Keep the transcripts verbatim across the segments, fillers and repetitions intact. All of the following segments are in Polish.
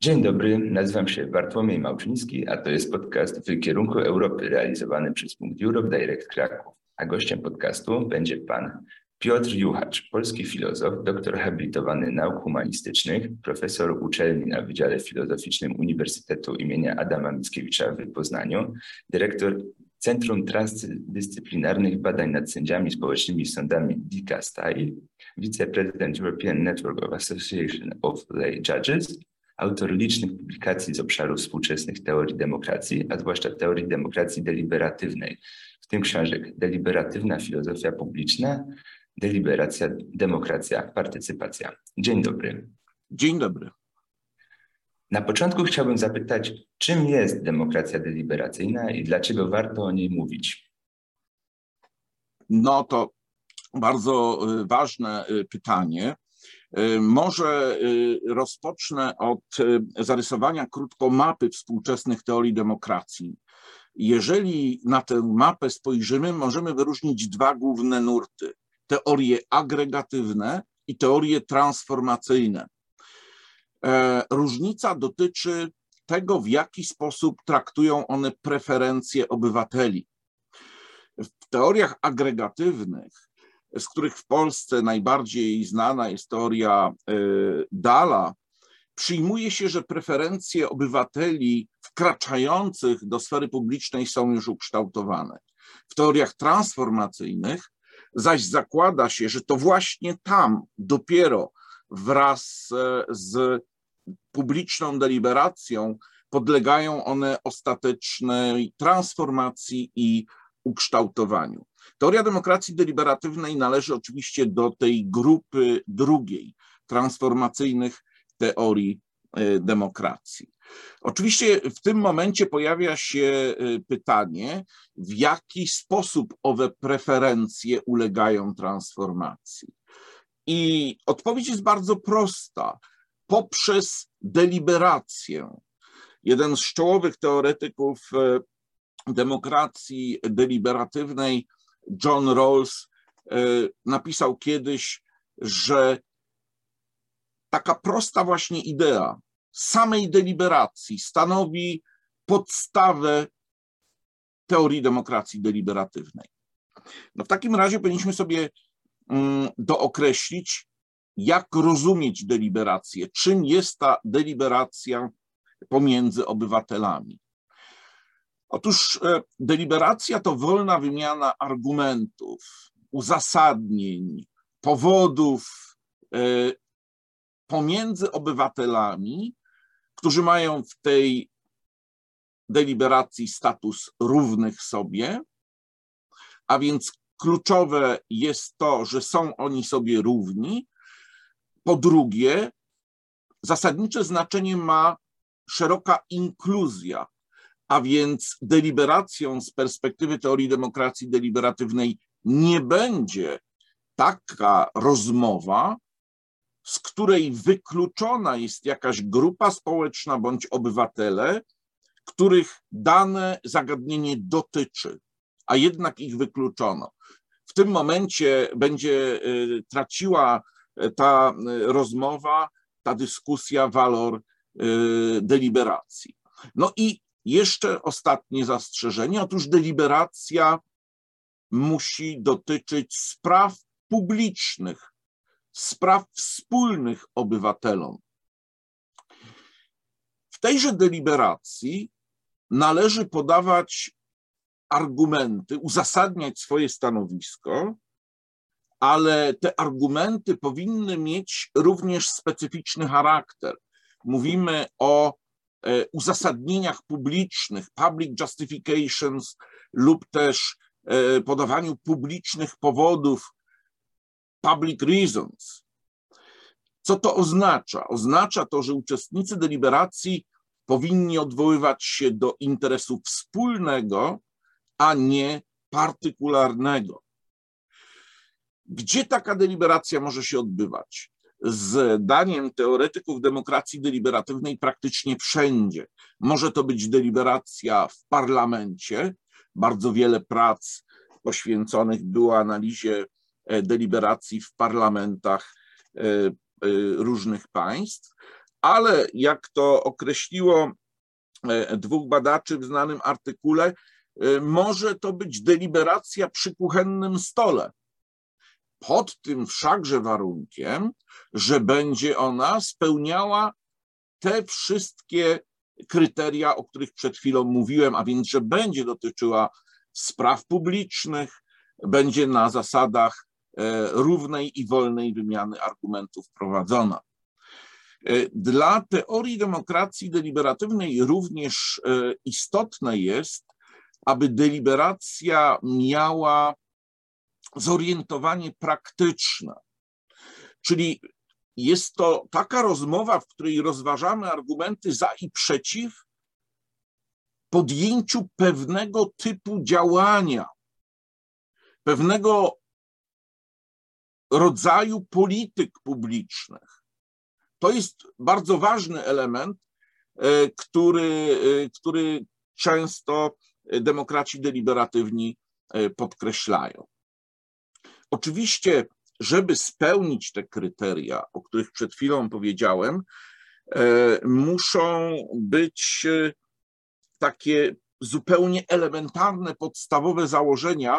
Dzień dobry, nazywam się Bartłomiej Małczyński, a to jest podcast W kierunku Europy realizowany przez Punkt Europe Direct Kraków. A gościem podcastu będzie pan Piotr Juchacz, polski filozof, doktor habilitowany nauk humanistycznych, profesor uczelni na Wydziale Filozoficznym Uniwersytetu imienia Adama Mickiewicza w Poznaniu, dyrektor Centrum Transdyscyplinarnych Badań nad Sędziami Społecznymi i Sądami D I C A Style, wiceprezydent European Network of Association of Lay Judges, autor licznych publikacji z obszaru współczesnych teorii demokracji, a zwłaszcza teorii demokracji deliberatywnej, w tym książek Deliberatywna filozofia publiczna, Deliberacja, demokracja, partycypacja. Dzień dobry. Dzień dobry. Na początku chciałbym zapytać, czym jest demokracja deliberacyjna i dlaczego warto o niej mówić? No to bardzo ważne pytanie. Może rozpocznę od zarysowania krótko mapy współczesnych teorii demokracji. Jeżeli na tę mapę spojrzymy, możemy wyróżnić dwa główne nurty. Teorie agregatywne i teorie transformacyjne. Różnica dotyczy tego, w jaki sposób traktują one preferencje obywateli. W teoriach agregatywnych, z których w Polsce najbardziej znana jest teoria Dalla, przyjmuje się, że preferencje obywateli wkraczających do sfery publicznej są już ukształtowane. W teoriach transformacyjnych zaś zakłada się, że to właśnie tam dopiero wraz z publiczną deliberacją podlegają one ostatecznej transformacji i ukształtowaniu. Teoria demokracji deliberatywnej należy oczywiście do tej grupy drugiej, transformacyjnych teorii demokracji. Oczywiście w tym momencie pojawia się pytanie, w jaki sposób owe preferencje ulegają transformacji. I odpowiedź jest bardzo prosta. Poprzez deliberację. Jeden z czołowych teoretyków demokracji deliberatywnej, John Rawls, napisał kiedyś, że taka prosta właśnie idea samej deliberacji stanowi podstawę teorii demokracji deliberatywnej. No w takim razie powinniśmy sobie dookreślić, jak rozumieć deliberację, czym jest ta deliberacja pomiędzy obywatelami. Otóż deliberacja to wolna wymiana argumentów, uzasadnień, powodów pomiędzy obywatelami, którzy mają w tej deliberacji status równych sobie, a więc kluczowe jest to, że są oni sobie równi. Po drugie, zasadnicze znaczenie ma szeroka inkluzja, a więc deliberacją z perspektywy teorii demokracji deliberatywnej nie będzie taka rozmowa, z której wykluczona jest jakaś grupa społeczna bądź obywatele, których dane zagadnienie dotyczy, a jednak ich wykluczono. W tym momencie będzie traciła ta rozmowa, ta dyskusja walor deliberacji. No i jeszcze ostatnie zastrzeżenie. Otóż deliberacja musi dotyczyć spraw publicznych, spraw wspólnych obywatelom. W tejże deliberacji należy podawać argumenty, uzasadniać swoje stanowisko, ale te argumenty powinny mieć również specyficzny charakter. Mówimy o uzasadnieniach publicznych, public justifications lub też podawaniu publicznych powodów, public reasons. Co to oznacza? Oznacza to, że uczestnicy deliberacji powinni odwoływać się do interesu wspólnego, a nie partykularnego. Gdzie taka deliberacja może się odbywać? Zdaniem teoretyków demokracji deliberatywnej praktycznie wszędzie. Może to być deliberacja w parlamencie. Bardzo wiele prac poświęconych było analizie deliberacji w parlamentach różnych państw, ale jak to określiło dwóch badaczy w znanym artykule, może to być deliberacja przy kuchennym stole. Pod tym wszakże warunkiem, że będzie ona spełniała te wszystkie kryteria, o których przed chwilą mówiłem, a więc, że będzie dotyczyła spraw publicznych, będzie na zasadach równej i wolnej wymiany argumentów prowadzona. Dla teorii demokracji deliberatywnej również istotne jest, aby deliberacja miała zorientowanie praktyczne. Czyli jest to taka rozmowa, w której rozważamy argumenty za i przeciw podjęciu pewnego typu działania, pewnego rodzaju polityk publicznych. To jest bardzo ważny element, który, który często demokraci deliberatywni podkreślają. Oczywiście, żeby spełnić te kryteria, o których przed chwilą powiedziałem, muszą być takie zupełnie elementarne, podstawowe założenia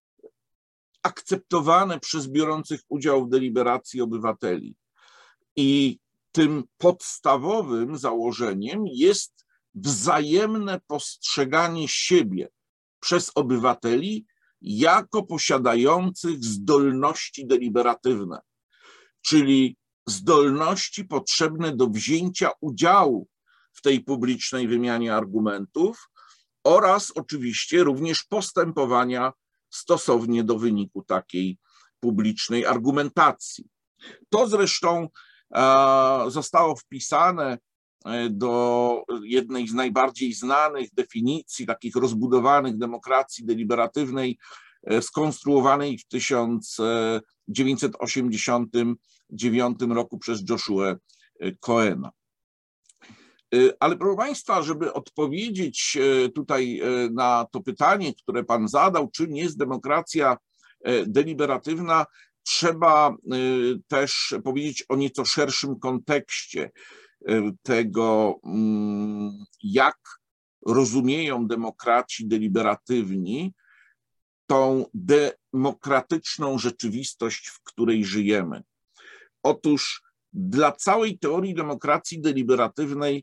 akceptowane przez biorących udział w deliberacji obywateli. I tym podstawowym założeniem jest wzajemne postrzeganie siebie przez obywateli jako posiadających zdolności deliberatywne, czyli zdolności potrzebne do wzięcia udziału w tej publicznej wymianie argumentów oraz oczywiście również postępowania stosownie do wyniku takiej publicznej argumentacji. To zresztą zostało wpisane do jednej z najbardziej znanych definicji takich rozbudowanych demokracji deliberatywnej skonstruowanej w tysiąc dziewięćset osiemdziesiątym dziewiątym roku przez Joshua Cohena. Ale proszę Państwa, żeby odpowiedzieć tutaj na to pytanie, które Pan zadał, czym jest demokracja deliberatywna, trzeba też powiedzieć o nieco szerszym kontekście tego, jak rozumieją demokraci deliberatywni tą demokratyczną rzeczywistość, w której żyjemy. Otóż dla całej teorii demokracji deliberatywnej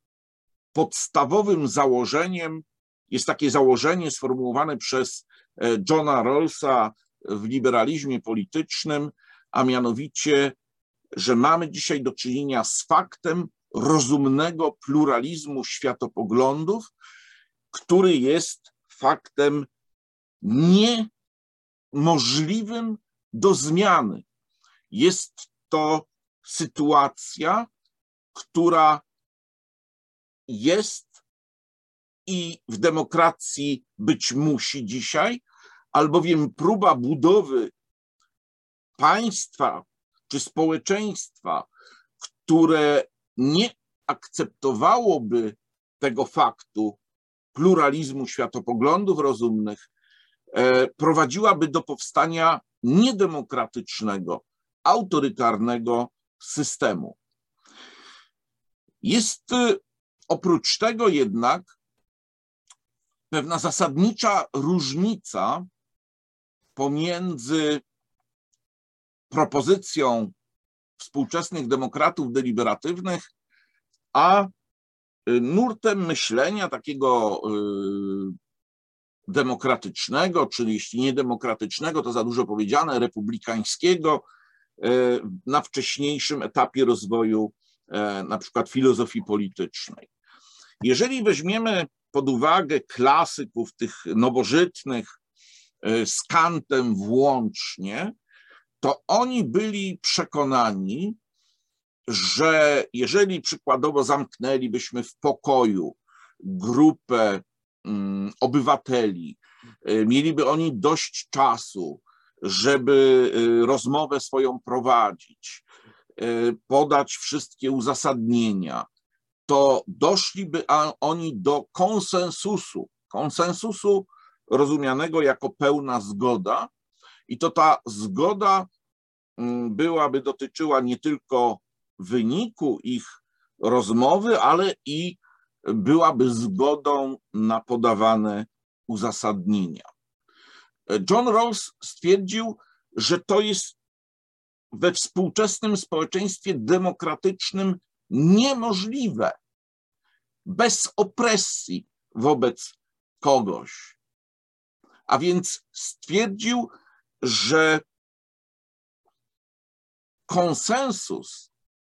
podstawowym założeniem jest takie założenie sformułowane przez Johna Rawlsa w liberalizmie politycznym, a mianowicie, że mamy dzisiaj do czynienia z faktem rozumnego pluralizmu światopoglądów, który jest faktem niemożliwym do zmiany. Jest to sytuacja, która jest i w demokracji być musi dzisiaj, albowiem próba budowy państwa czy społeczeństwa, które nie akceptowałoby tego faktu pluralizmu światopoglądów rozumnych, prowadziłaby do powstania niedemokratycznego, autorytarnego systemu. Jest oprócz tego jednak pewna zasadnicza różnica pomiędzy propozycją współczesnych demokratów deliberatywnych a nurtem myślenia takiego demokratycznego, czyli jeśli nie demokratycznego, to za dużo powiedziane, republikańskiego na wcześniejszym etapie rozwoju na przykład filozofii politycznej. Jeżeli weźmiemy pod uwagę klasyków tych nowożytnych z Kantem włącznie, to oni byli przekonani, że jeżeli przykładowo zamknęlibyśmy w pokoju grupę obywateli, mieliby oni dość czasu, żeby rozmowę swoją prowadzić, podać wszystkie uzasadnienia, to doszliby oni do konsensusu, konsensusu rozumianego jako pełna zgoda, i to ta zgoda byłaby dotyczyła nie tylko wyniku ich rozmowy, ale i byłaby zgodą na podawane uzasadnienia. John Rawls stwierdził, że to jest we współczesnym społeczeństwie demokratycznym niemożliwe bez opresji wobec kogoś. A więc stwierdził, że konsensus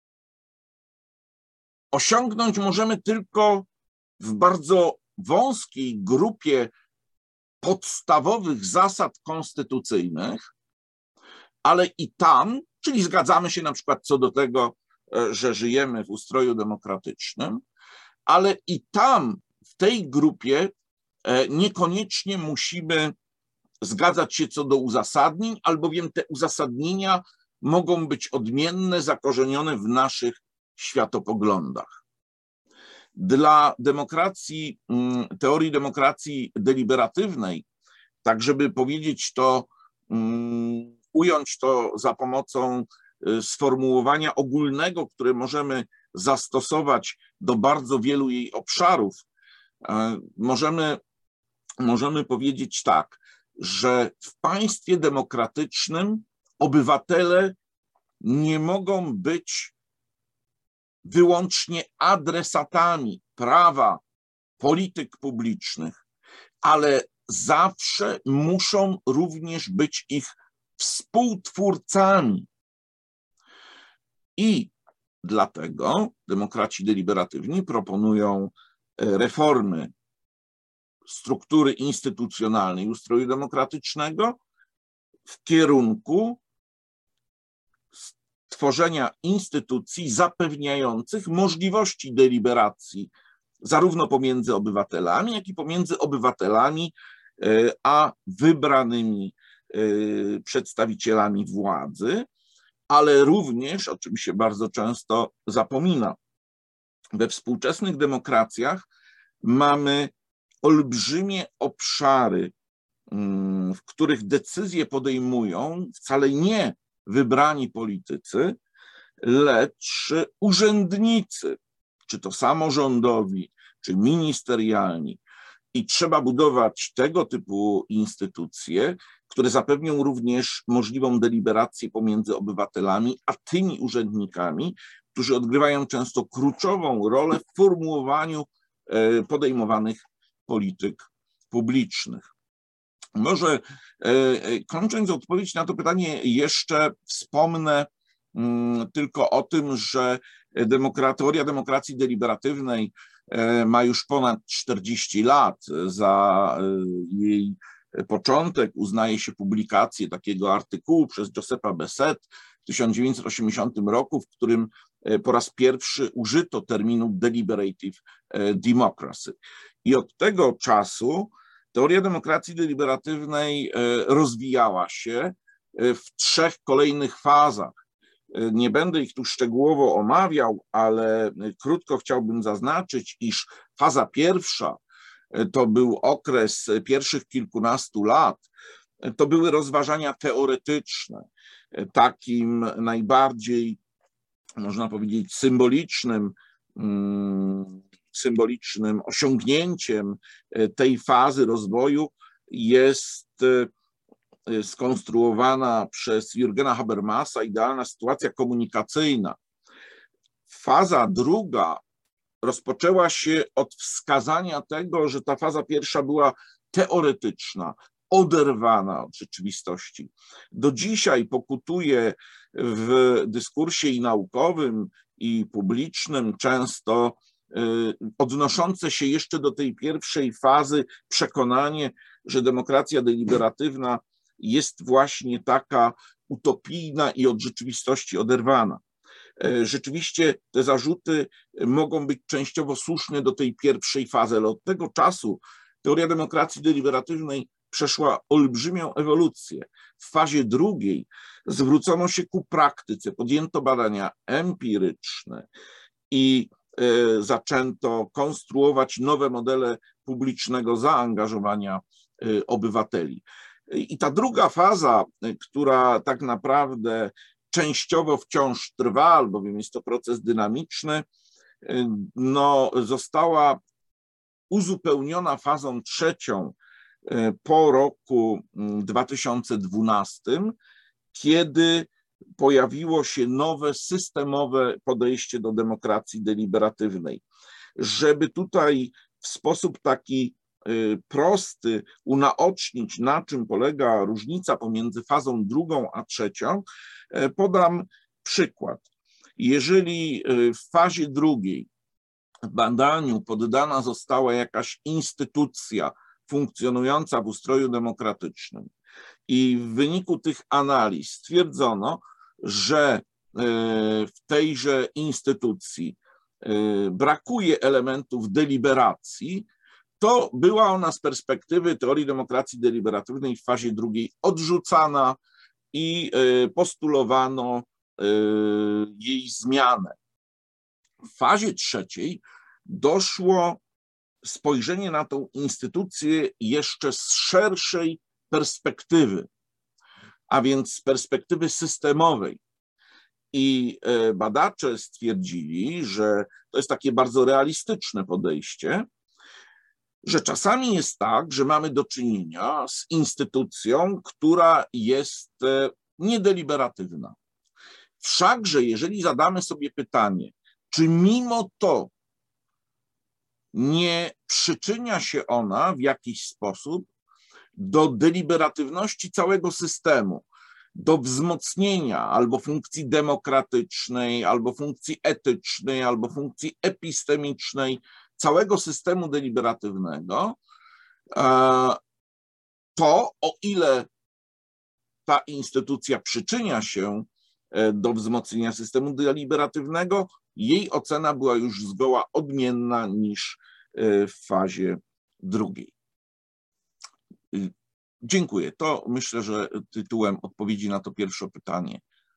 osiągnąć możemy tylko w bardzo wąskiej grupie podstawowych zasad konstytucyjnych, ale i tam, czyli zgadzamy się na przykład co do tego, że żyjemy w ustroju demokratycznym, ale i tam, w tej grupie niekoniecznie musimy zgadzać się co do uzasadnień, albowiem te uzasadnienia mogą być odmienne, zakorzenione w naszych światopoglądach. Dla demokracji, teorii demokracji deliberatywnej, tak żeby powiedzieć to, ująć to za pomocą sformułowania ogólnego, które możemy zastosować do bardzo wielu jej obszarów, możemy, możemy powiedzieć tak, że w państwie demokratycznym obywatele nie mogą być wyłącznie adresatami prawa polityk publicznych, ale zawsze muszą również być ich współtwórcami. I dlatego demokraci deliberatywni proponują reformy struktury instytucjonalnej ustroju demokratycznego w kierunku tworzenia instytucji zapewniających możliwości deliberacji zarówno pomiędzy obywatelami, jak i pomiędzy obywatelami a wybranymi przedstawicielami władzy, ale również, o czym się bardzo często zapomina, we współczesnych demokracjach mamy olbrzymie obszary, w których decyzje podejmują wcale nie wybrani politycy, lecz urzędnicy, czy to samorządowi, czy ministerialni. I trzeba budować tego typu instytucje, które zapewnią również możliwą deliberację pomiędzy obywatelami, a tymi urzędnikami, którzy odgrywają często kluczową rolę w formułowaniu podejmowanych polityk publicznych. Może kończąc odpowiedź na to pytanie, jeszcze wspomnę tylko o tym, że teoria demokracji deliberatywnej ma już ponad czterdzieści lat. Za jej początek uznaje się publikację takiego artykułu przez Josepha Bessette w tysiąc dziewięćset osiemdziesiątym roku, w którym po raz pierwszy użyto terminu deliberative democracy. I od tego czasu teoria demokracji deliberatywnej rozwijała się w trzech kolejnych fazach. Nie będę ich tu szczegółowo omawiał, ale krótko chciałbym zaznaczyć, iż faza pierwsza to był okres pierwszych kilkunastu lat, to były rozważania teoretyczne. Takim najbardziej, można powiedzieć, symbolicznym, symbolicznym osiągnięciem tej fazy rozwoju jest skonstruowana przez Jürgena Habermasa idealna sytuacja komunikacyjna. Faza druga rozpoczęła się od wskazania tego, że ta faza pierwsza była teoretyczna, oderwana od rzeczywistości. Do dzisiaj pokutuje w dyskursie i naukowym, i publicznym często odnoszące się jeszcze do tej pierwszej fazy przekonanie, że demokracja deliberatywna jest właśnie taka utopijna i od rzeczywistości oderwana. Rzeczywiście te zarzuty mogą być częściowo słuszne do tej pierwszej fazy, ale od tego czasu teoria demokracji deliberatywnej przeszła olbrzymią ewolucję. W fazie drugiej zwrócono się ku praktyce, podjęto badania empiryczne i zaczęto konstruować nowe modele publicznego zaangażowania obywateli. I ta druga faza, która tak naprawdę częściowo wciąż trwa, albowiem jest to proces dynamiczny, no, została uzupełniona fazą trzecią po roku dwa tysiące dwunastym, kiedy pojawiło się nowe systemowe podejście do demokracji deliberatywnej. Żeby tutaj w sposób taki prosty unaocznić, na czym polega różnica pomiędzy fazą drugą a trzecią, podam przykład. Jeżeli w fazie drugiej badaniu poddana została jakaś instytucja funkcjonująca w ustroju demokratycznym i w wyniku tych analiz stwierdzono, że w tejże instytucji brakuje elementów deliberacji, to była ona z perspektywy teorii demokracji deliberatywnej w fazie drugiej odrzucana i postulowano jej zmianę. W fazie trzeciej doszło spojrzenie na tą instytucję jeszcze z szerszej perspektywy, a więc z perspektywy systemowej. I badacze stwierdzili, że to jest takie bardzo realistyczne podejście, że czasami jest tak, że mamy do czynienia z instytucją, która jest niedeliberatywna. Wszakże, jeżeli zadamy sobie pytanie, czy mimo to nie przyczynia się ona w jakiś sposób do deliberatywności całego systemu, do wzmocnienia albo funkcji demokratycznej, albo funkcji etycznej, albo funkcji epistemicznej całego systemu deliberatywnego, to o ile ta instytucja przyczynia się do wzmocnienia systemu deliberatywnego, jej ocena była już zgoła odmienna niż w fazie drugiej. Dziękuję. To myślę, że tytułem odpowiedzi na to pierwsze pytanie.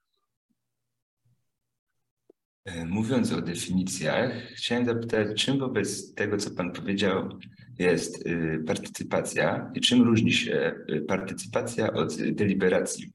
Mówiąc o definicjach, chciałem zapytać, czym wobec tego, co Pan powiedział, jest partycypacja i czym różni się partycypacja od deliberacji?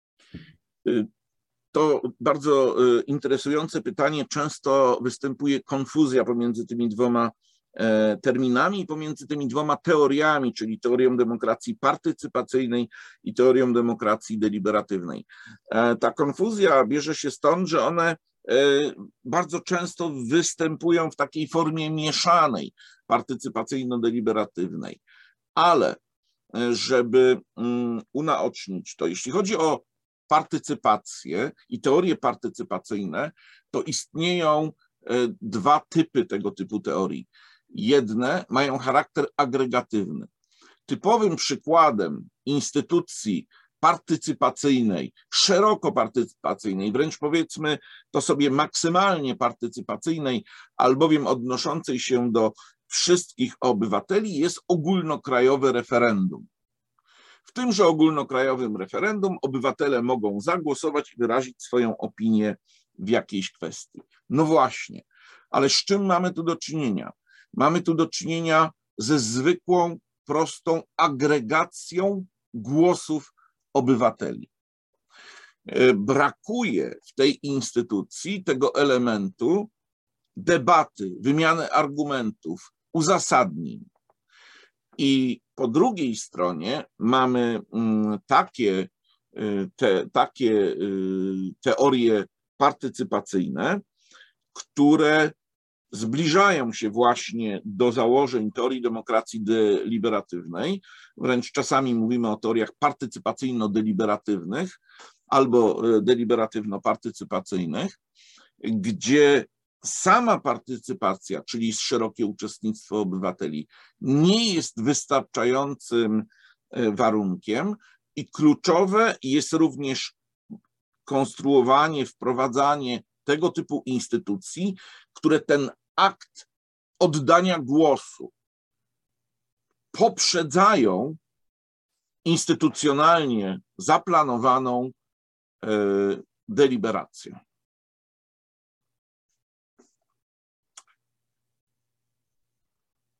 To bardzo interesujące pytanie. Często występuje konfuzja pomiędzy tymi dwoma terminami i pomiędzy tymi dwoma teoriami, czyli teorią demokracji partycypacyjnej i teorią demokracji deliberatywnej. Ta konfuzja bierze się stąd, że one bardzo często występują w takiej formie mieszanej, partycypacyjno-deliberatywnej. Ale żeby unaocznić to, jeśli chodzi o partycypację i teorie partycypacyjne, to istnieją dwa typy tego typu teorii. Jedne mają charakter agregatywny. Typowym przykładem instytucji partycypacyjnej, szeroko partycypacyjnej, wręcz powiedzmy to sobie maksymalnie partycypacyjnej, albowiem odnoszącej się do wszystkich obywateli, jest ogólnokrajowe referendum. W tymże ogólnokrajowym referendum obywatele mogą zagłosować i wyrazić swoją opinię w jakiejś kwestii. No właśnie, ale z czym mamy tu do czynienia? Mamy tu do czynienia ze zwykłą, prostą agregacją głosów obywateli. Brakuje w tej instytucji tego elementu debaty, wymiany argumentów, uzasadnień. I po drugiej stronie mamy takie, te, takie teorie partycypacyjne, które zbliżają się właśnie do założeń teorii demokracji deliberatywnej, wręcz czasami mówimy o teoriach partycypacyjno-deliberatywnych albo deliberatywno-partycypacyjnych, gdzie sama partycypacja, czyli szerokie uczestnictwo obywateli, nie jest wystarczającym warunkiem i kluczowe jest również konstruowanie, wprowadzanie tego typu instytucji, które ten akt oddania głosu poprzedzają instytucjonalnie zaplanowaną deliberację.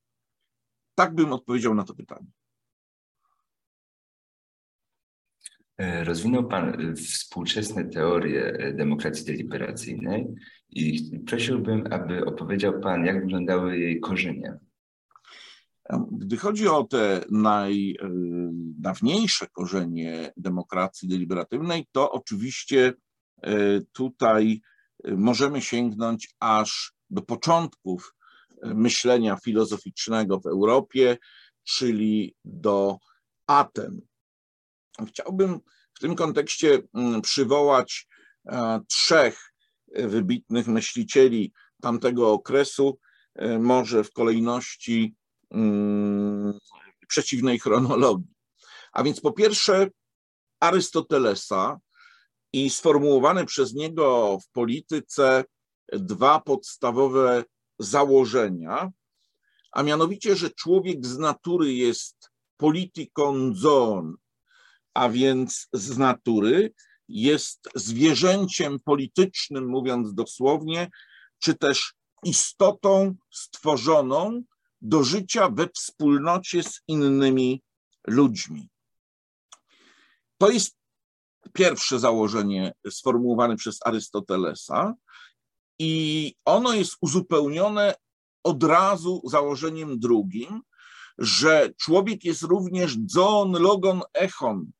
Tak bym odpowiedział na to pytanie. Rozwinął Pan współczesne teorie demokracji deliberacyjnej i prosiłbym, aby opowiedział Pan, jak wyglądały jej korzenie. Gdy chodzi o te najdawniejsze korzenie demokracji deliberatywnej, to oczywiście tutaj możemy sięgnąć aż do początków myślenia filozoficznego w Europie, czyli do Aten. Chciałbym w tym kontekście przywołać trzech wybitnych myślicieli tamtego okresu, może w kolejności przeciwnej chronologii. A więc po pierwsze Arystotelesa i sformułowane przez niego w polityce dwa podstawowe założenia, a mianowicie, że człowiek z natury jest politikon zoon, a więc z natury jest zwierzęciem politycznym, mówiąc dosłownie, czy też istotą stworzoną do życia we wspólnocie z innymi ludźmi. To jest pierwsze założenie sformułowane przez Arystotelesa i ono jest uzupełnione od razu założeniem drugim, że człowiek jest również zoon logon echon,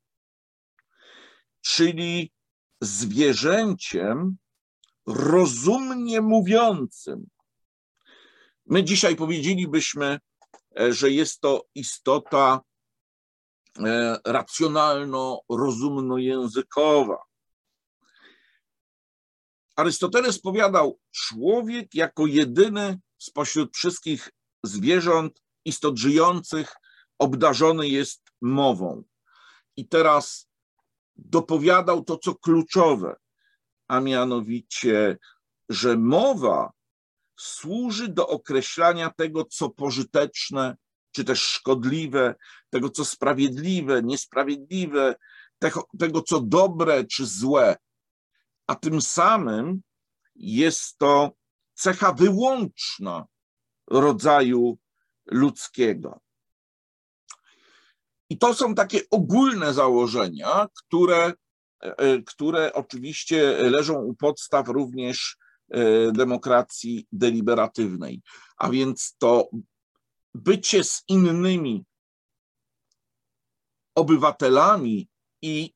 czyli zwierzęciem rozumnie mówiącym. My dzisiaj powiedzielibyśmy, że jest to istota racjonalno-rozumno-językowa. Arystoteles powiadał, człowiek jako jedyny spośród wszystkich zwierząt, istot żyjących, obdarzony jest mową. I teraz dopowiadał to, co kluczowe, a mianowicie, że mowa służy do określania tego, co pożyteczne, czy też szkodliwe, tego, co sprawiedliwe, niesprawiedliwe, tego, tego co dobre, czy złe. A tym samym jest to cecha wyłączna rodzaju ludzkiego. I to są takie ogólne założenia, które, które oczywiście leżą u podstaw również demokracji deliberatywnej. A więc to bycie z innymi obywatelami i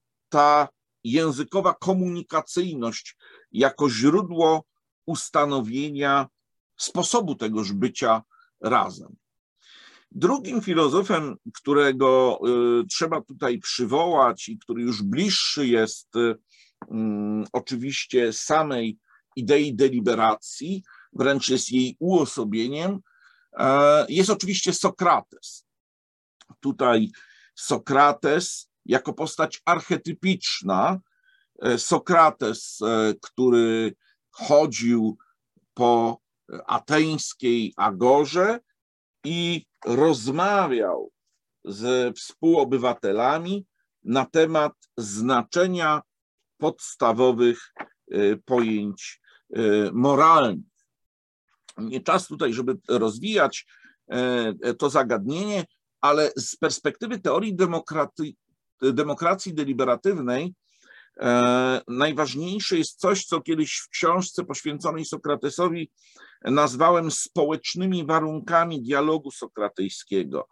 ta językowa komunikacyjność jako źródło ustanowienia sposobu tegoż bycia razem. Drugim filozofem, którego y, trzeba tutaj przywołać i który już bliższy jest y, y, oczywiście samej idei deliberacji, wręcz jest jej uosobieniem, y, jest oczywiście Sokrates. Tutaj Sokrates jako postać archetypiczna, y, Sokrates, y, który chodził po ateńskiej agorze i rozmawiał ze współobywatelami na temat znaczenia podstawowych pojęć moralnych. Nie czas tutaj, żeby rozwijać to zagadnienie, ale z perspektywy teorii demokracji, demokracji deliberatywnej najważniejsze jest coś, co kiedyś w książce poświęconej Sokratesowi nazwałem społecznymi warunkami dialogu sokratejskiego,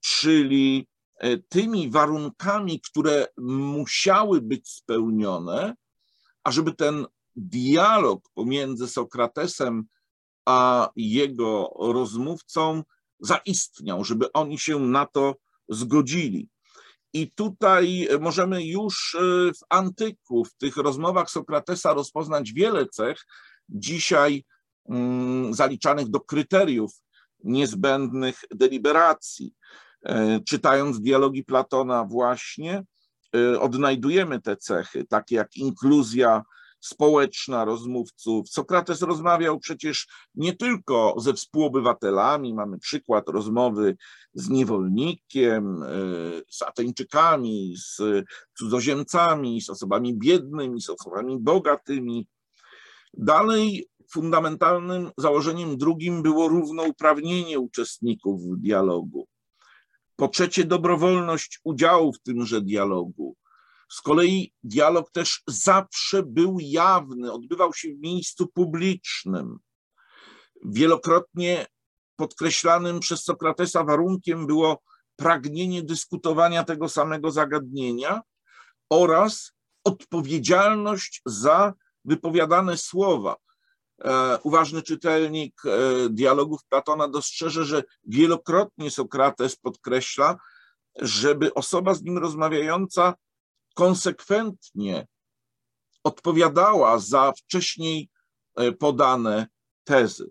czyli tymi warunkami, które musiały być spełnione, ażeby ten dialog pomiędzy Sokratesem a jego rozmówcą zaistniał, żeby oni się na to zgodzili. I tutaj możemy już w antyku, w tych rozmowach Sokratesa rozpoznać wiele cech dzisiaj zaliczanych do kryteriów niezbędnych deliberacji. Czytając dialogi Platona właśnie odnajdujemy te cechy, takie jak inkluzja społeczna rozmówców. Sokrates rozmawiał przecież nie tylko ze współobywatelami, mamy przykład rozmowy z niewolnikiem, z Ateńczykami, z cudzoziemcami, z osobami biednymi, z osobami bogatymi. Dalej fundamentalnym założeniem drugim było równouprawnienie uczestników dialogu. Po trzecie, dobrowolność udziału w tymże dialogu. Z kolei dialog też zawsze był jawny, odbywał się w miejscu publicznym. Wielokrotnie podkreślanym przez Sokratesa warunkiem było pragnienie dyskutowania tego samego zagadnienia oraz odpowiedzialność za wypowiadane słowa. Uważny czytelnik dialogów Platona dostrzeże, że wielokrotnie Sokrates podkreśla, żeby osoba z nim rozmawiająca konsekwentnie odpowiadała za wcześniej podane tezy.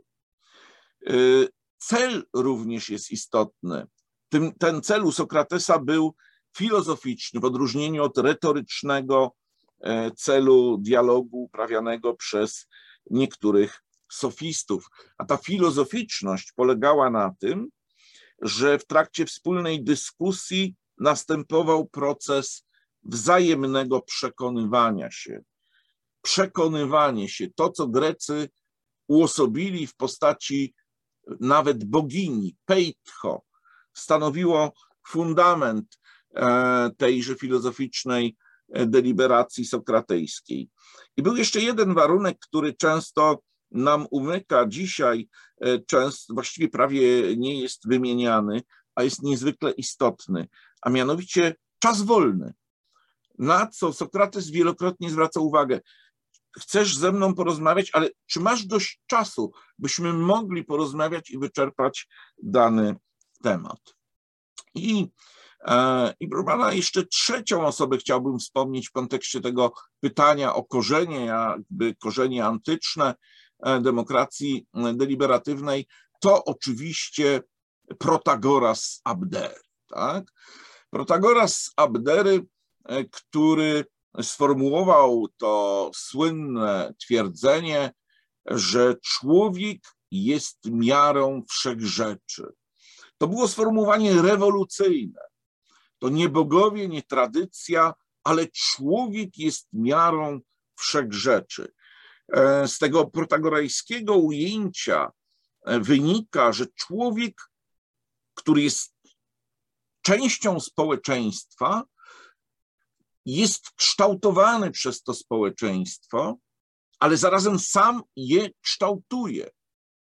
Cel również jest istotny. Tym, ten cel u Sokratesa był filozoficzny, w odróżnieniu od retorycznego celu dialogu uprawianego przez niektórych sofistów. A ta filozoficzność polegała na tym, że w trakcie wspólnej dyskusji następował proces wzajemnego przekonywania się. Przekonywanie się, to co Grecy uosobili w postaci nawet bogini, Peitho, stanowiło fundament tejże filozoficznej deliberacji sokratejskiej. I był jeszcze jeden warunek, który często nam umyka dzisiaj, często, właściwie prawie nie jest wymieniany, a jest niezwykle istotny, a mianowicie czas wolny, na co Sokrates wielokrotnie zwraca uwagę. Chcesz ze mną porozmawiać, ale czy masz dość czasu, byśmy mogli porozmawiać i wyczerpać dany temat? I, e, i proszę pana, jeszcze trzecią osobę chciałbym wspomnieć w kontekście tego pytania o korzenie, jakby korzenie antyczne demokracji deliberatywnej, to oczywiście Protagoras z Abdery. Tak? Protagoras z Abdery, który sformułował to słynne twierdzenie, że człowiek jest miarą wszechrzeczy. To było sformułowanie rewolucyjne. To nie bogowie, nie tradycja, ale człowiek jest miarą wszechrzeczy. Z tego protagorajskiego ujęcia wynika, że człowiek, który jest częścią społeczeństwa, jest kształtowany przez to społeczeństwo, ale zarazem sam je kształtuje.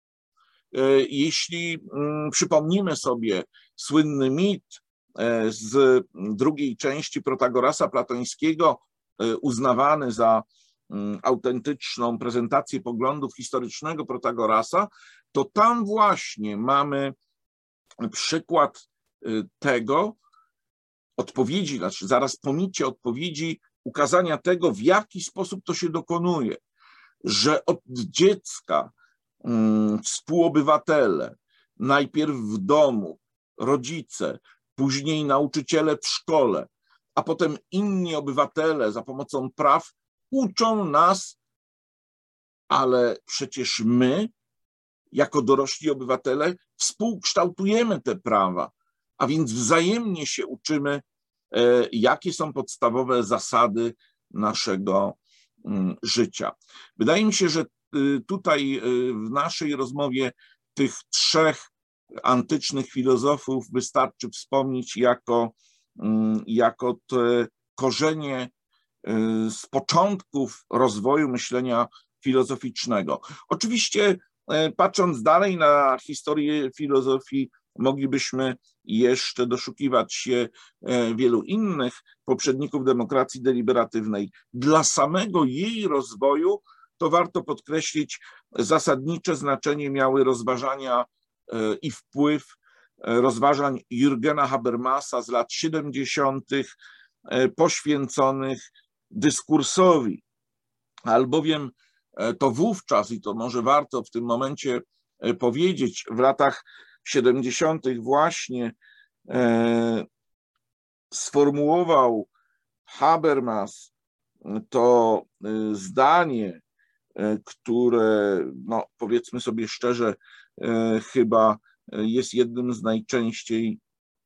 Jeśli przypomnimy sobie słynny mit z drugiej części Protagorasa platońskiego, uznawany za autentyczną prezentację poglądów historycznego Protagorasa, to tam właśnie mamy przykład tego, odpowiedzi, znaczy zaraz po micie odpowiedzi, ukazania tego, w jaki sposób to się dokonuje, że od dziecka um, współobywatele, najpierw w domu, rodzice, później nauczyciele w szkole, a potem inni obywatele za pomocą praw uczą nas, ale przecież my, jako dorośli obywatele, współkształtujemy te prawa, a więc wzajemnie się uczymy, jakie są podstawowe zasady naszego życia. Wydaje mi się, że tutaj w naszej rozmowie tych trzech antycznych filozofów wystarczy wspomnieć jako, jako te korzenie z początków rozwoju myślenia filozoficznego. Oczywiście, patrząc dalej na historię filozofii, moglibyśmy jeszcze doszukiwać się wielu innych poprzedników demokracji deliberatywnej. Dla samego jej rozwoju to warto podkreślić, zasadnicze znaczenie miały rozważania i wpływ rozważań Jürgena Habermasa z lat siedemdziesiątych poświęconych dyskursowi, albowiem to wówczas, i to może warto w tym momencie powiedzieć, w latach siedemdziesiątych właśnie e, sformułował Habermas to zdanie, które, no, powiedzmy sobie szczerze, e, chyba jest jednym z najczęściej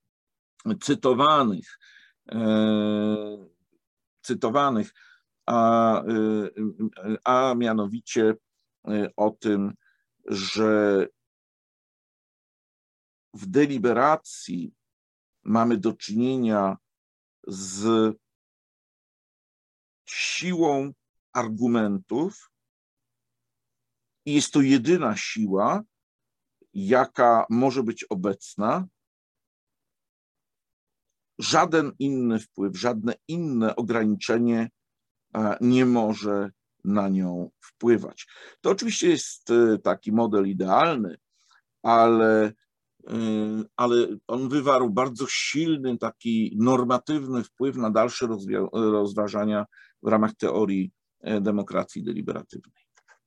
cytowanych, e, cytowanych, a, a mianowicie o tym, że w deliberacji mamy do czynienia z siłą argumentów i jest to jedyna siła, jaka może być obecna. Żaden inny wpływ, żadne inne ograniczenie nie może na nią wpływać. To oczywiście jest taki model idealny, ale, ale on wywarł bardzo silny, taki normatywny wpływ na dalsze rozważania w ramach teorii demokracji deliberatywnej.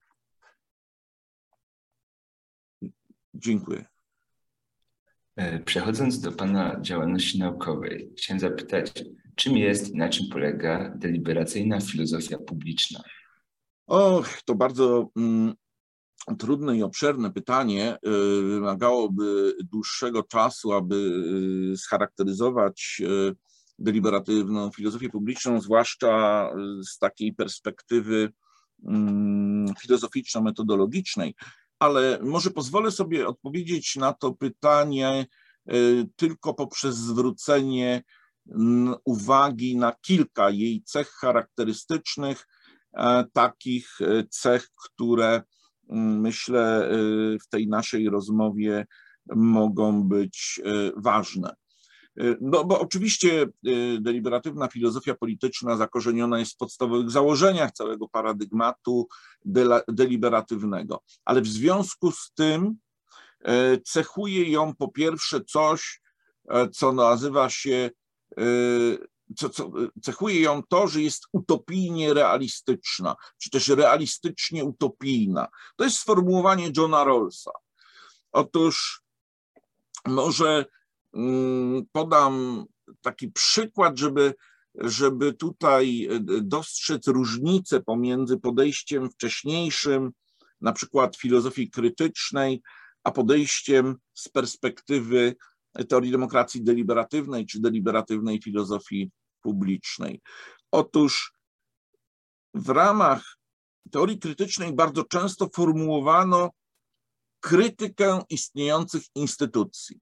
Dziękuję. Przechodząc do Pana działalności naukowej, chciałem zapytać, czym jest i na czym polega deliberacyjna filozofia publiczna? Och, to bardzo mm, trudne i obszerne pytanie. Wymagałoby dłuższego czasu, aby scharakteryzować deliberatywną filozofię publiczną, zwłaszcza z takiej perspektywy mm, filozoficzno-metodologicznej. Ale może pozwolę sobie odpowiedzieć na to pytanie tylko poprzez zwrócenie uwagi na kilka jej cech charakterystycznych, takich cech, które myślę w tej naszej rozmowie mogą być ważne. No bo oczywiście deliberatywna filozofia polityczna zakorzeniona jest w podstawowych założeniach całego paradygmatu deliberatywnego, ale w związku z tym cechuje ją po pierwsze coś, co nazywa się, co, co, cechuje ją to, że jest utopijnie realistyczna, czy też realistycznie utopijna. To jest sformułowanie Johna Rawlsa. Otóż może podam taki przykład, żeby, żeby tutaj dostrzec różnicę pomiędzy podejściem wcześniejszym, na przykład filozofii krytycznej, a podejściem z perspektywy teorii demokracji deliberatywnej czy deliberatywnej filozofii publicznej. Otóż w ramach teorii krytycznej bardzo często formułowano krytykę istniejących instytucji,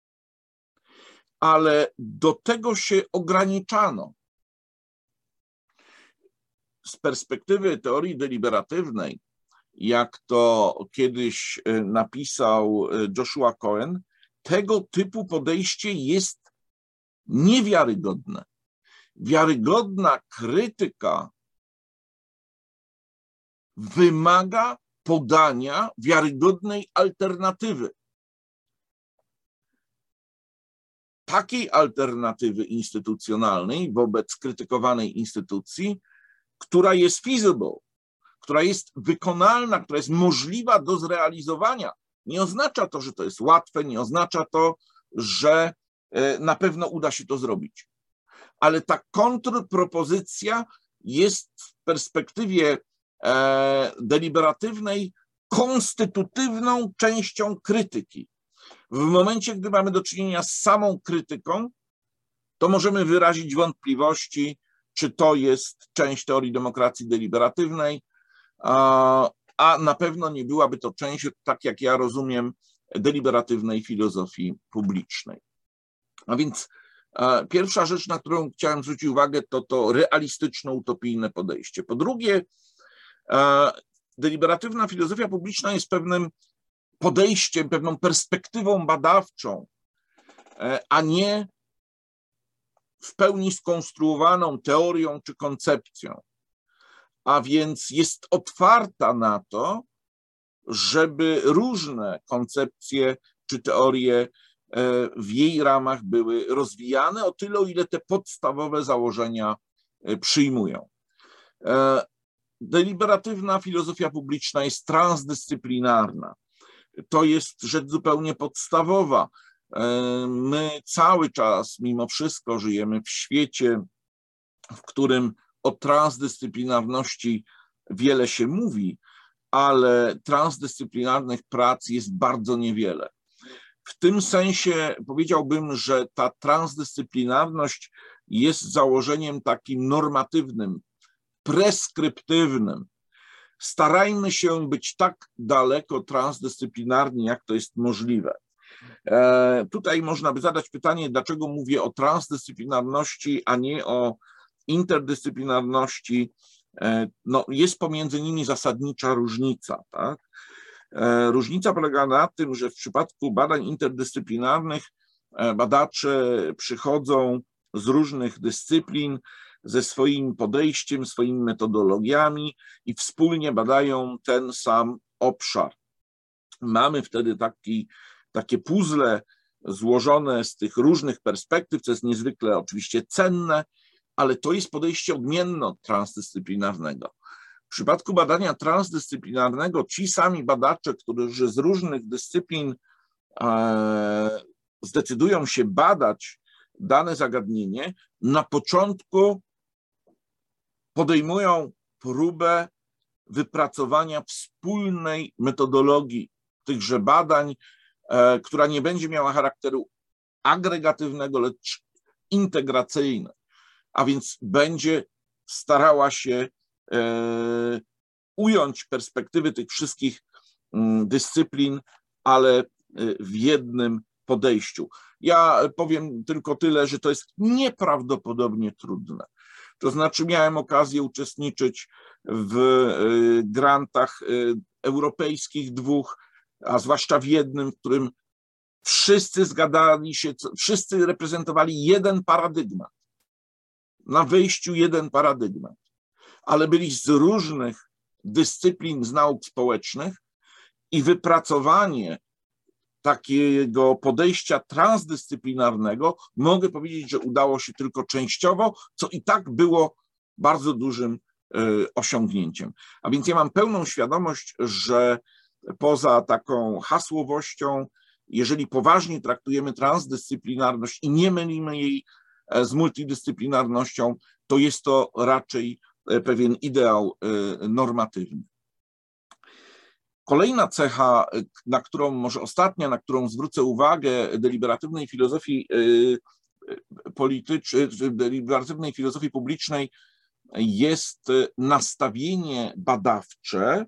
ale do tego się ograniczano. Z perspektywy teorii deliberatywnej, jak to kiedyś napisał Joshua Cohen, tego typu podejście jest niewiarygodne. Wiarygodna krytyka wymaga podania wiarygodnej alternatywy. Takiej alternatywy instytucjonalnej wobec krytykowanej instytucji, która jest feasible, która jest wykonalna, która jest możliwa do zrealizowania. Nie oznacza to, że to jest łatwe, nie oznacza to, że na pewno uda się to zrobić. Ale ta kontrpropozycja jest w perspektywie deliberatywnej konstytutywną częścią krytyki. W momencie, gdy mamy do czynienia z samą krytyką, to możemy wyrazić wątpliwości, czy to jest część teorii demokracji deliberatywnej, a na pewno nie byłaby to część, tak jak ja rozumiem, deliberatywnej filozofii publicznej. A więc pierwsza rzecz, na którą chciałem zwrócić uwagę, to to realistyczno-utopijne podejście. Po drugie, deliberatywna filozofia publiczna jest pewnym podejściem, pewną perspektywą badawczą, a nie w pełni skonstruowaną teorią czy koncepcją. A więc jest otwarta na to, żeby różne koncepcje czy teorie w jej ramach były rozwijane, o tyle, o ile te podstawowe założenia przyjmują. Deliberatywna filozofia publiczna jest transdyscyplinarna. To jest rzecz zupełnie podstawowa. My cały czas, mimo wszystko, żyjemy w świecie, w którym o transdyscyplinarności wiele się mówi, ale transdyscyplinarnych prac jest bardzo niewiele. W tym sensie powiedziałbym, że ta transdyscyplinarność jest założeniem takim normatywnym, preskryptywnym. Starajmy się być tak daleko transdyscyplinarni, jak to jest możliwe. E, tutaj można by zadać pytanie, dlaczego mówię o transdyscyplinarności, a nie o interdyscyplinarności, no, jest pomiędzy nimi zasadnicza różnica. Tak? Różnica polega na tym, że w przypadku badań interdyscyplinarnych badacze przychodzą z różnych dyscyplin, ze swoim podejściem, swoimi metodologiami i wspólnie badają ten sam obszar. Mamy wtedy taki, takie puzzle złożone z tych różnych perspektyw, co jest niezwykle oczywiście cenne, ale to jest podejście odmienne od transdyscyplinarnego. W przypadku badania transdyscyplinarnego ci sami badacze, którzy z różnych dyscyplin e, zdecydują się badać dane zagadnienie, na początku podejmują próbę wypracowania wspólnej metodologii tychże badań, e, która nie będzie miała charakteru agregatywnego, lecz integracyjnego, a więc będzie starała się e, ująć perspektywy tych wszystkich m, dyscyplin, ale w jednym podejściu. Ja powiem tylko tyle, że to jest nieprawdopodobnie trudne. To znaczy miałem okazję uczestniczyć w grantach europejskich dwóch, a zwłaszcza w jednym, w którym wszyscy zgadali się, wszyscy reprezentowali jeden paradygmat. Na wyjściu jeden paradygmat, ale byli z różnych dyscyplin z nauk społecznych i wypracowanie takiego podejścia transdyscyplinarnego, mogę powiedzieć, że udało się tylko częściowo, co i tak było bardzo dużym osiągnięciem. A więc ja mam pełną świadomość, że poza taką hasłowością, jeżeli poważnie traktujemy transdyscyplinarność i nie mylimy jej z multidyscyplinarnością, to jest to raczej pewien ideał normatywny. Kolejna cecha, na którą, może ostatnia, na którą zwrócę uwagę, deliberatywnej filozofii politycznej, deliberatywnej filozofii publicznej, jest nastawienie badawcze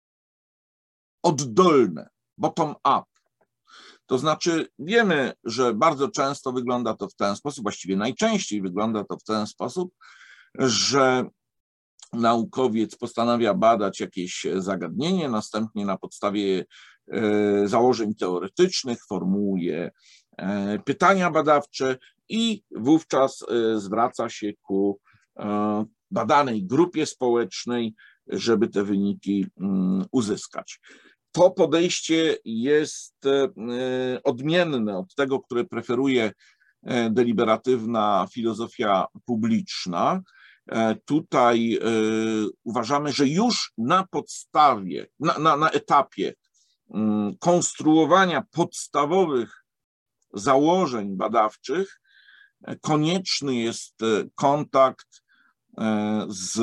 oddolne, bottom-up. To znaczy wiemy, że bardzo często wygląda to w ten sposób, właściwie najczęściej wygląda to w ten sposób, że naukowiec postanawia badać jakieś zagadnienie, następnie na podstawie założeń teoretycznych formułuje pytania badawcze i wówczas zwraca się ku badanej grupie społecznej, żeby te wyniki uzyskać. To podejście jest odmienne od tego, które preferuje deliberatywna filozofia publiczna. Tutaj uważamy, że już na podstawie, na, na, na etapie konstruowania podstawowych założeń badawczych konieczny jest kontakt z,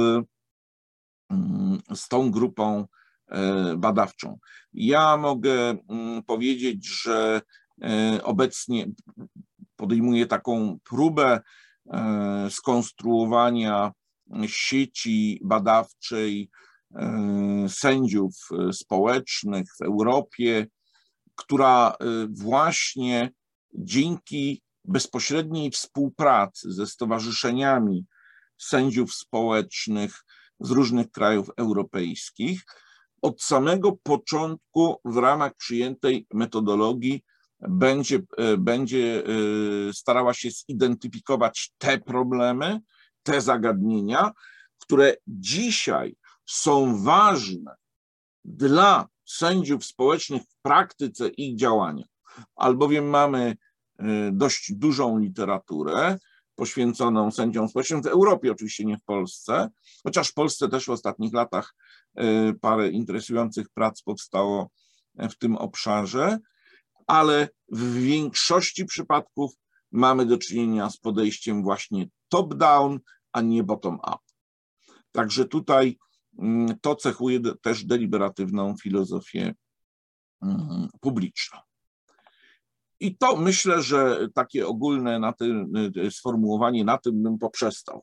z tą grupą badawczą. Ja mogę powiedzieć, że obecnie podejmuję taką próbę skonstruowania sieci badawczej sędziów społecznych w Europie, która właśnie dzięki bezpośredniej współpracy ze stowarzyszeniami sędziów społecznych z różnych krajów europejskich od samego początku w ramach przyjętej metodologii będzie, będzie starała się zidentyfikować te problemy, te zagadnienia, które dzisiaj są ważne dla sędziów społecznych w praktyce ich działania, albowiem mamy dość dużą literaturę poświęconą sędziom społecznym w Europie, oczywiście nie w Polsce, chociaż w Polsce też w ostatnich latach parę interesujących prac powstało w tym obszarze, ale w większości przypadków mamy do czynienia z podejściem właśnie top-down, a nie bottom-up. Także tutaj to cechuje też deliberatywną filozofię publiczną. I to myślę, że takie ogólne na tym, sformułowanie na tym bym poprzestał.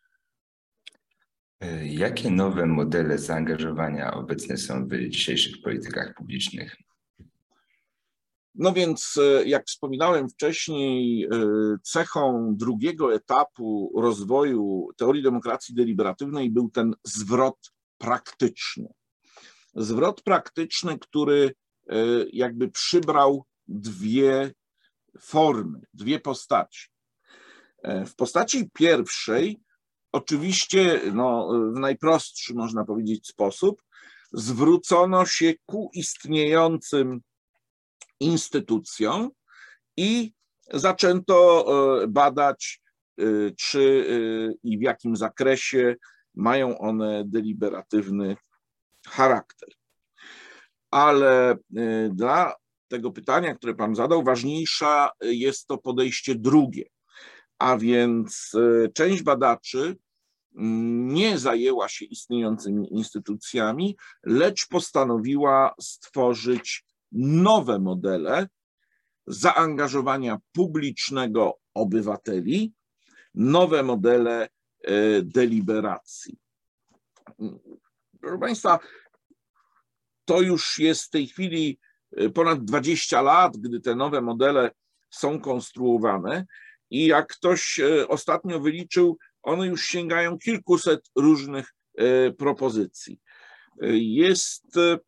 Jakie nowe modele zaangażowania obecne są w dzisiejszych politykach publicznych? No więc, jak wspominałem wcześniej, cechą drugiego etapu rozwoju teorii demokracji deliberatywnej był ten zwrot praktyczny. Zwrot praktyczny, który jakby przybrał dwie formy, dwie postaci. W postaci pierwszej, oczywiście no, w najprostszy, można powiedzieć, sposób, zwrócono się ku istniejącym instytucjom i zaczęto badać, czy i w jakim zakresie mają one deliberatywny charakter. Ale dla tego pytania, które pan zadał, ważniejsza jest to podejście drugie, a więc część badaczy nie zajęła się istniejącymi instytucjami, lecz postanowiła stworzyć nowe modele zaangażowania publicznego obywateli, nowe modele deliberacji. Proszę państwa, to już jest w tej chwili ponad dwadzieścia lat, gdy te nowe modele są konstruowane i jak ktoś ostatnio wyliczył, one już sięgają kilkuset różnych propozycji. Jest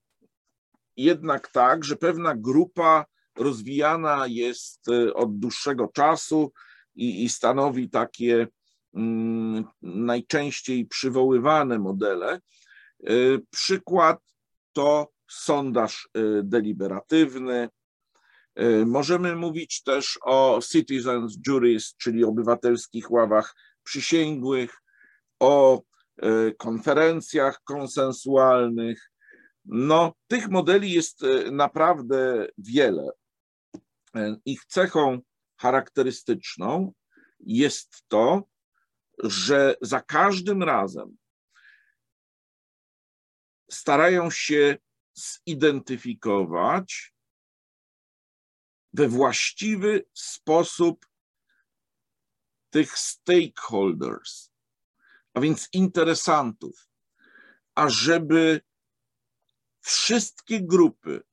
jednak tak, że pewna grupa rozwijana jest od dłuższego czasu i, i stanowi takie mm, najczęściej przywoływane modele. Przykład to sondaż deliberatywny. Możemy mówić też o citizens juries, czyli obywatelskich ławach przysięgłych, o konferencjach konsensualnych. No, tych modeli jest naprawdę wiele. Ich cechą charakterystyczną jest to, że za każdym razem starają się zidentyfikować we właściwy sposób tych stakeholders, a więc interesantów, ażeby wszystkie grupy,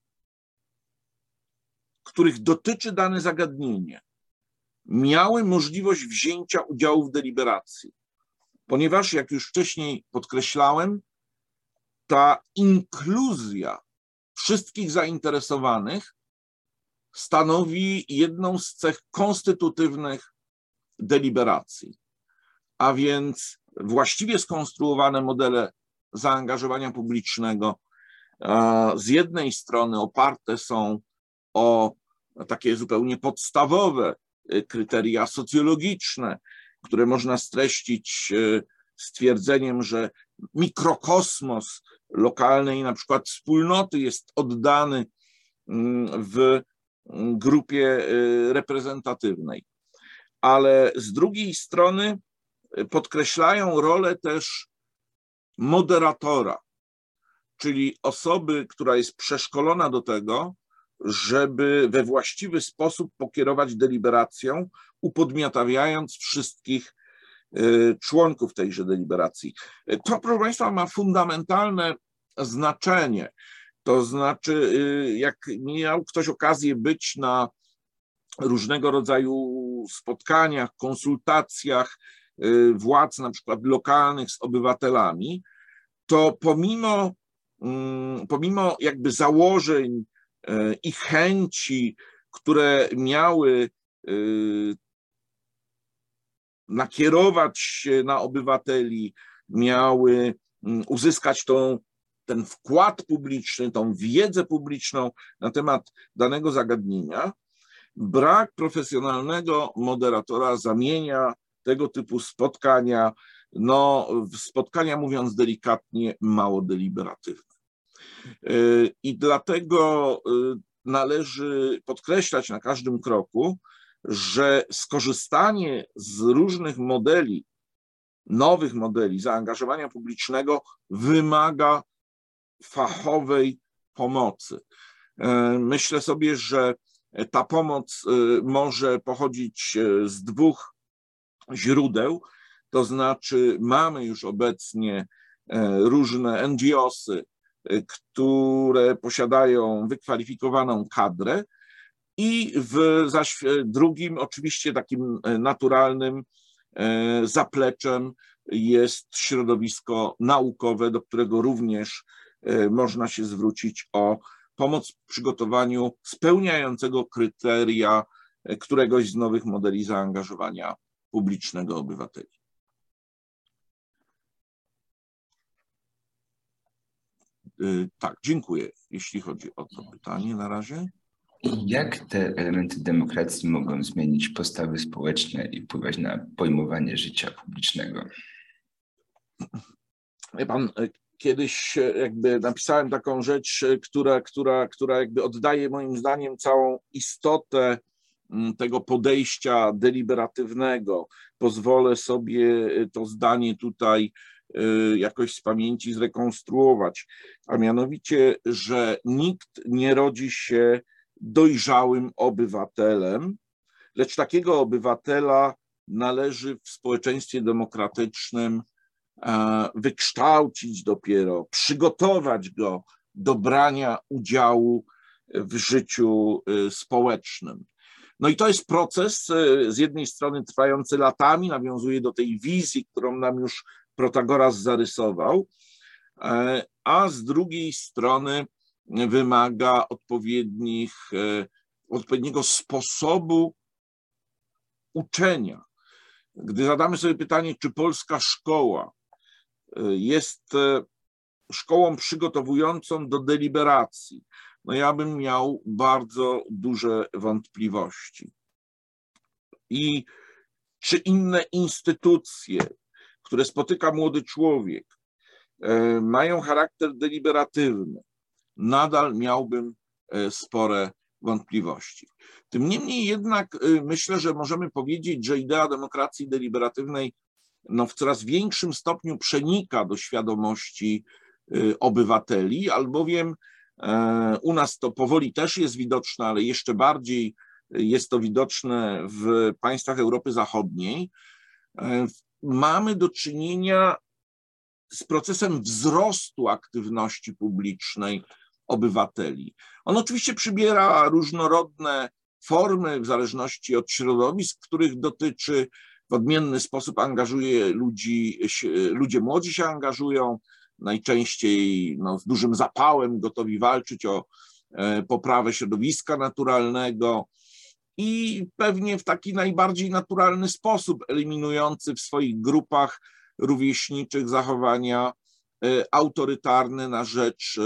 których dotyczy dane zagadnienie, miały możliwość wzięcia udziału w deliberacji. Ponieważ, jak już wcześniej podkreślałem, ta inkluzja wszystkich zainteresowanych stanowi jedną z cech konstytutywnych deliberacji. A więc właściwie skonstruowane modele zaangażowania publicznego z jednej strony oparte są o takie zupełnie podstawowe kryteria socjologiczne, które można streścić stwierdzeniem, że mikrokosmos lokalnej na przykład wspólnoty jest oddany w grupie reprezentatywnej. Ale z drugiej strony podkreślają rolę też moderatora, czyli osoby, która jest przeszkolona do tego, żeby we właściwy sposób pokierować deliberacją, upodmiotawiając wszystkich członków tejże deliberacji. To, proszę państwa, ma fundamentalne znaczenie. To znaczy, jak miał ktoś okazję być na różnego rodzaju spotkaniach, konsultacjach władz, na przykład lokalnych z obywatelami, to pomimo, pomimo jakby założeń i chęci, które miały nakierować się na obywateli, miały uzyskać tą, ten wkład publiczny, tą wiedzę publiczną na temat danego zagadnienia, brak profesjonalnego moderatora zamienia tego typu spotkania, no w spotkania, mówiąc delikatnie, mało deliberatywne. I dlatego należy podkreślać na każdym kroku, że skorzystanie z różnych modeli, nowych modeli zaangażowania publicznego wymaga fachowej pomocy. Myślę sobie, że ta pomoc może pochodzić z dwóch źródeł, to znaczy mamy już obecnie różne N G O sy, które posiadają wykwalifikowaną kadrę I w zaś drugim, oczywiście takim naturalnym zapleczem jest środowisko naukowe, do którego również można się zwrócić o pomoc w przygotowaniu spełniającego kryteria któregoś z nowych modeli zaangażowania publicznego obywateli. Tak, dziękuję, jeśli chodzi o to pytanie na razie. Jak te elementy demokracji mogą zmienić postawy społeczne i wpływać na pojmowanie życia publicznego? Wie pan, kiedyś jakby napisałem taką rzecz, która, która, która jakby oddaje moim zdaniem całą istotę tego podejścia deliberatywnego. Pozwolę sobie to zdanie tutaj jakoś z pamięci zrekonstruować, a mianowicie, że nikt nie rodzi się dojrzałym obywatelem, lecz takiego obywatela należy w społeczeństwie demokratycznym wykształcić dopiero, przygotować go do brania udziału w życiu społecznym. No i to jest proces z jednej strony trwający latami, nawiązuje do tej wizji, którą nam już Protagoras zarysował, a z drugiej strony wymaga odpowiednich, odpowiedniego sposobu uczenia. Gdy zadamy sobie pytanie, czy polska szkoła jest szkołą przygotowującą do deliberacji, no ja bym miał bardzo duże wątpliwości. I czy inne instytucje, które spotyka młody człowiek, mają charakter deliberatywny, nadal miałbym spore wątpliwości. Tym niemniej jednak myślę, że możemy powiedzieć, że idea demokracji deliberatywnej no, w coraz większym stopniu przenika do świadomości obywateli, albowiem u nas to powoli też jest widoczne, ale jeszcze bardziej jest to widoczne w państwach Europy Zachodniej. Mamy do czynienia z procesem wzrostu aktywności publicznej obywateli. On oczywiście przybiera różnorodne formy w zależności od środowisk, których dotyczy. W odmienny sposób angażuje ludzi, ludzie młodzi się angażują, najczęściej no, z dużym zapałem, gotowi walczyć o poprawę środowiska naturalnego i pewnie w taki najbardziej naturalny sposób, eliminujący w swoich grupach rówieśniczych zachowania autorytarne na rzecz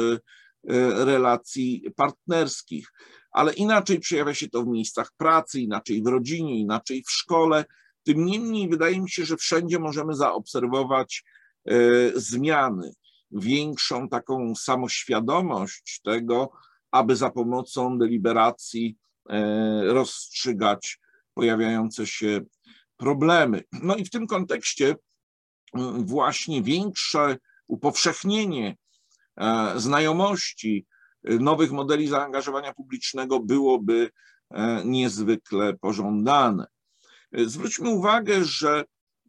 relacji partnerskich. Ale inaczej przejawia się to w miejscach pracy, inaczej w rodzinie, inaczej w szkole. Tym niemniej wydaje mi się, że wszędzie możemy zaobserwować zmiany, większą taką samoświadomość tego, aby za pomocą deliberacji rozstrzygać pojawiające się problemy. No i w tym kontekście właśnie większe upowszechnienie znajomości nowych modeli zaangażowania publicznego byłoby niezwykle pożądane. Zwróćmy uwagę, że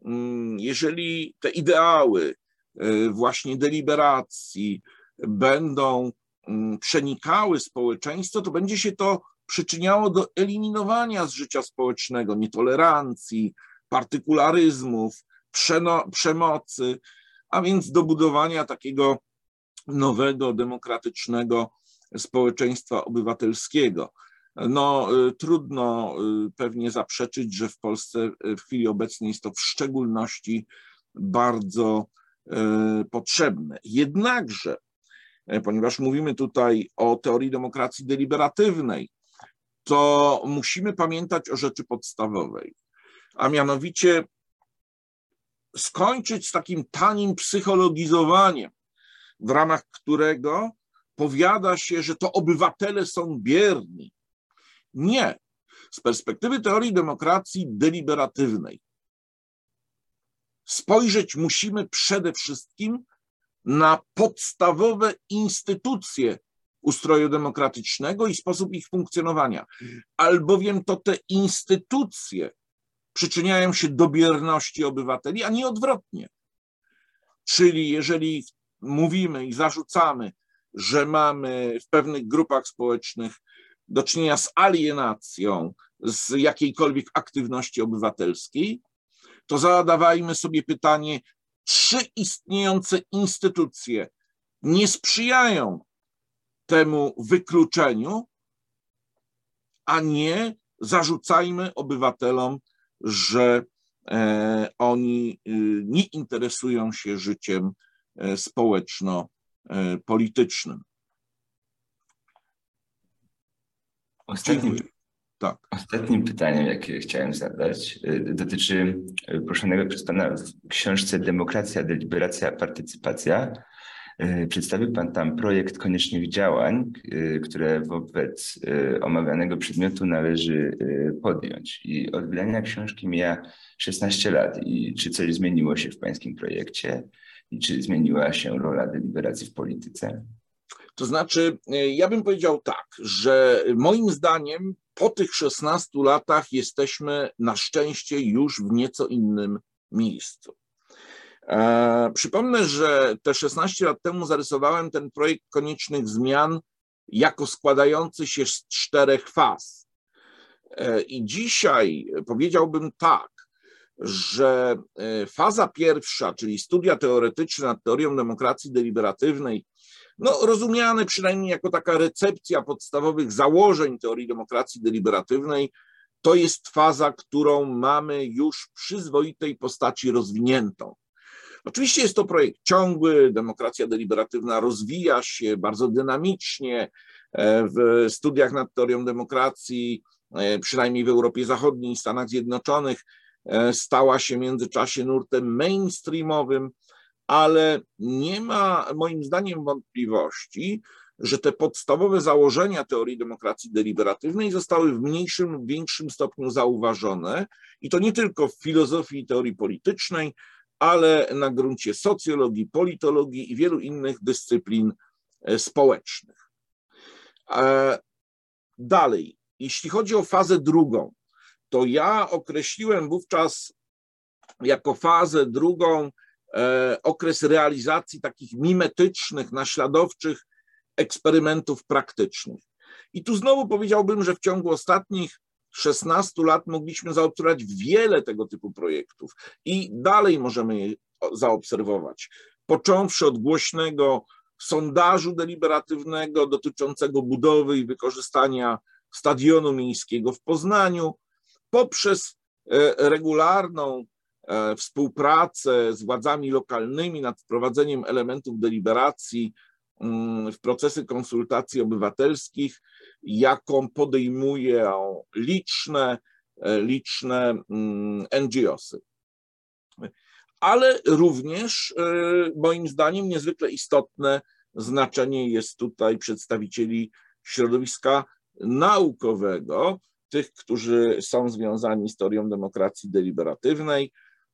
jeżeli te ideały właśnie deliberacji będą przenikały społeczeństwo, to będzie się to przyczyniało do eliminowania z życia społecznego nietolerancji, partykularyzmów, przemocy, a więc do budowania takiego nowego, demokratycznego społeczeństwa obywatelskiego. No, trudno pewnie zaprzeczyć, że w Polsce w chwili obecnej jest to w szczególności bardzo potrzebne. Jednakże, ponieważ mówimy tutaj o teorii demokracji deliberatywnej, to musimy pamiętać o rzeczy podstawowej, a mianowicie skończyć z takim tanim psychologizowaniem, w ramach którego powiada się, że to obywatele są bierni. Nie. Z perspektywy teorii demokracji deliberatywnej spojrzeć musimy przede wszystkim na podstawowe instytucje ustroju demokratycznego i sposób ich funkcjonowania, albowiem to te instytucje przyczyniają się do bierności obywateli, a nie odwrotnie. Czyli jeżeli mówimy i zarzucamy, że mamy w pewnych grupach społecznych do czynienia z alienacją z jakiejkolwiek aktywności obywatelskiej, to zadawajmy sobie pytanie, czy istniejące instytucje nie sprzyjają temu wykluczeniu, a nie zarzucajmy obywatelom, że e, oni e, nie interesują się życiem e, społeczno-politycznym. Ostatnim, tak. Ostatnim pytaniem, jakie chciałem zadać, dotyczy proszonego przez Pana w książce Demokracja, deliberacja, partycypacja. Przedstawił Pan tam projekt koniecznych działań, które wobec omawianego przedmiotu należy podjąć. I od wydania książki mija szesnaście lat. I czy coś zmieniło się w Pańskim projekcie? I czy zmieniła się rola deliberacji w polityce? To znaczy, ja bym powiedział tak, że moim zdaniem po tych szesnastu latach jesteśmy na szczęście już w nieco innym miejscu. E, przypomnę, że te szesnaście lat temu zarysowałem ten projekt koniecznych zmian jako składający się z czterech faz. E, I dzisiaj powiedziałbym tak, że faza pierwsza, czyli studia teoretyczne nad teorią demokracji deliberatywnej, no rozumiane przynajmniej jako taka recepcja podstawowych założeń teorii demokracji deliberatywnej, to jest faza, którą mamy już w przyzwoitej postaci rozwiniętą. Oczywiście jest to projekt ciągły, demokracja deliberatywna rozwija się bardzo dynamicznie. W studiach nad teorią demokracji, przynajmniej w Europie Zachodniej i Stanach Zjednoczonych, stała się w międzyczasie nurtem mainstreamowym, ale nie ma moim zdaniem wątpliwości, że te podstawowe założenia teorii demokracji deliberatywnej zostały w mniejszym lub większym stopniu zauważone i to nie tylko w filozofii i teorii politycznej, ale na gruncie socjologii, politologii i wielu innych dyscyplin społecznych. Dalej, jeśli chodzi o fazę drugą, to ja określiłem wówczas jako fazę drugą okres realizacji takich mimetycznych, naśladowczych eksperymentów praktycznych. I tu znowu powiedziałbym, że w ciągu ostatnich szesnastu lat mogliśmy zaobserwować wiele tego typu projektów i dalej możemy je zaobserwować. Począwszy od głośnego sondażu deliberatywnego dotyczącego budowy i wykorzystania stadionu miejskiego w Poznaniu, poprzez regularną współpracę z władzami lokalnymi nad wprowadzeniem elementów deliberacji w procesy konsultacji obywatelskich, jaką podejmują liczne, liczne N G O sy. Ale również moim zdaniem niezwykle istotne znaczenie jest tutaj przedstawicieli środowiska naukowego, tych, którzy są związani z teorią demokracji deliberatywnej.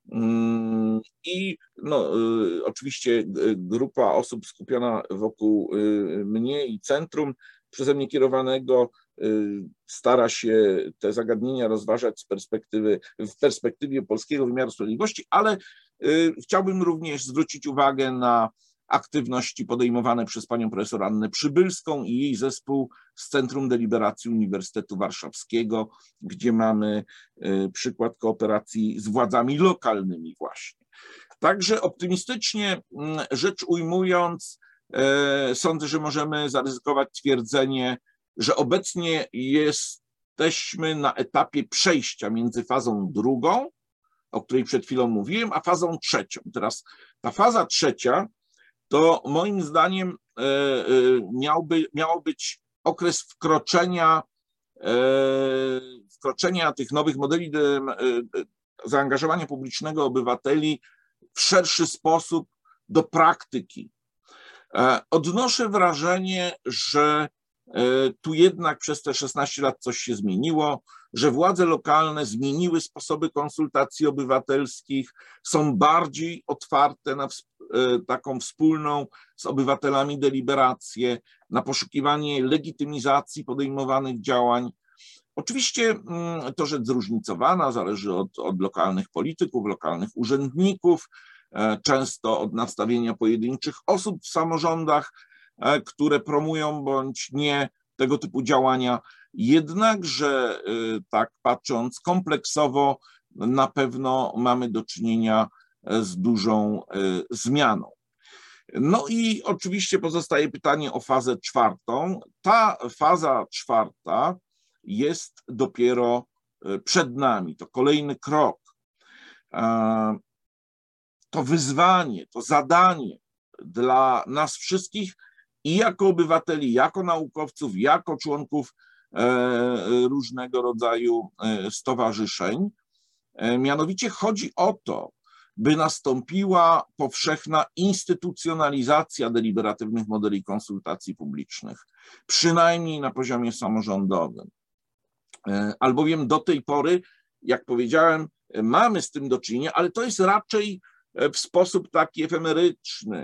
I no, oczywiście grupa osób skupiona wokół mnie i centrum przeze mnie kierowanego stara się te zagadnienia rozważać z perspektywy, w perspektywie polskiego wymiaru sprawiedliwości, ale chciałbym również zwrócić uwagę na aktywności podejmowane przez panią profesor Annę Przybylską i jej zespół z Centrum Deliberacji Uniwersytetu Warszawskiego, gdzie mamy przykład kooperacji z władzami lokalnymi właśnie. Także optymistycznie rzecz ujmując, sądzę, że możemy zaryzykować twierdzenie, że obecnie jesteśmy na etapie przejścia między fazą drugą, o której przed chwilą mówiłem, a fazą trzecią. Teraz ta faza trzecia to moim zdaniem miałby, miało być okres wkroczenia, wkroczenia tych nowych modeli zaangażowania publicznego obywateli w szerszy sposób do praktyki. Odnoszę wrażenie, że tu jednak przez te szesnaście lat coś się zmieniło, że władze lokalne zmieniły sposoby konsultacji obywatelskich, są bardziej otwarte na taką wspólną z obywatelami deliberację, na poszukiwanie legitymizacji podejmowanych działań. Oczywiście to rzecz zróżnicowana, zależy od, od lokalnych polityków, lokalnych urzędników, często od nastawienia pojedynczych osób w samorządach, które promują bądź nie tego typu działania, jednakże tak patrząc kompleksowo na pewno mamy do czynienia z dużą zmianą. No i oczywiście pozostaje pytanie o fazę czwartą. Ta faza czwarta jest dopiero przed nami, to kolejny krok. To wyzwanie, to zadanie dla nas wszystkich i jako obywateli, jako naukowców, jako członków różnego rodzaju stowarzyszeń. Mianowicie chodzi o to, by nastąpiła powszechna instytucjonalizacja deliberatywnych modeli konsultacji publicznych, przynajmniej na poziomie samorządowym. Albowiem do tej pory, jak powiedziałem, mamy z tym do czynienia, ale to jest raczej w sposób taki efemeryczny,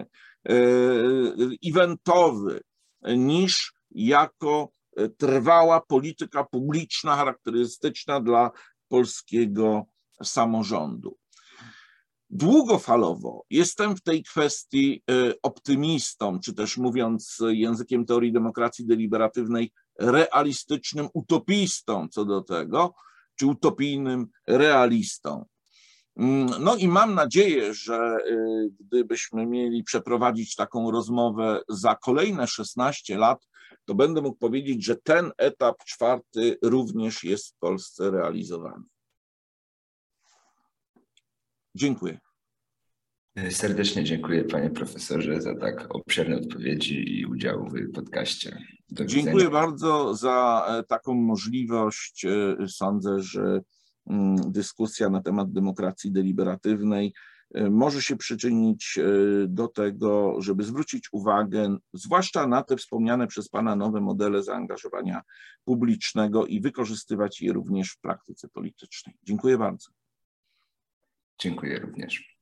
eventowy, niż jako trwała polityka publiczna charakterystyczna dla polskiego samorządu. Długofalowo jestem w tej kwestii optymistą, czy też mówiąc językiem teorii demokracji deliberatywnej, realistycznym utopistą co do tego, czy utopijnym realistą. No i mam nadzieję, że gdybyśmy mieli przeprowadzić taką rozmowę za kolejne szesnaście lat, to będę mógł powiedzieć, że ten etap czwarty również jest w Polsce realizowany. Dziękuję. Serdecznie dziękuję panie profesorze za tak obszerne odpowiedzi i udział w podcaście. Do Dziękuję widzenia. bardzo za taką możliwość. Sądzę, że dyskusja na temat demokracji deliberatywnej może się przyczynić do tego, żeby zwrócić uwagę zwłaszcza na te wspomniane przez pana nowe modele zaangażowania publicznego i wykorzystywać je również w praktyce politycznej. Dziękuję bardzo. Dziękuję również.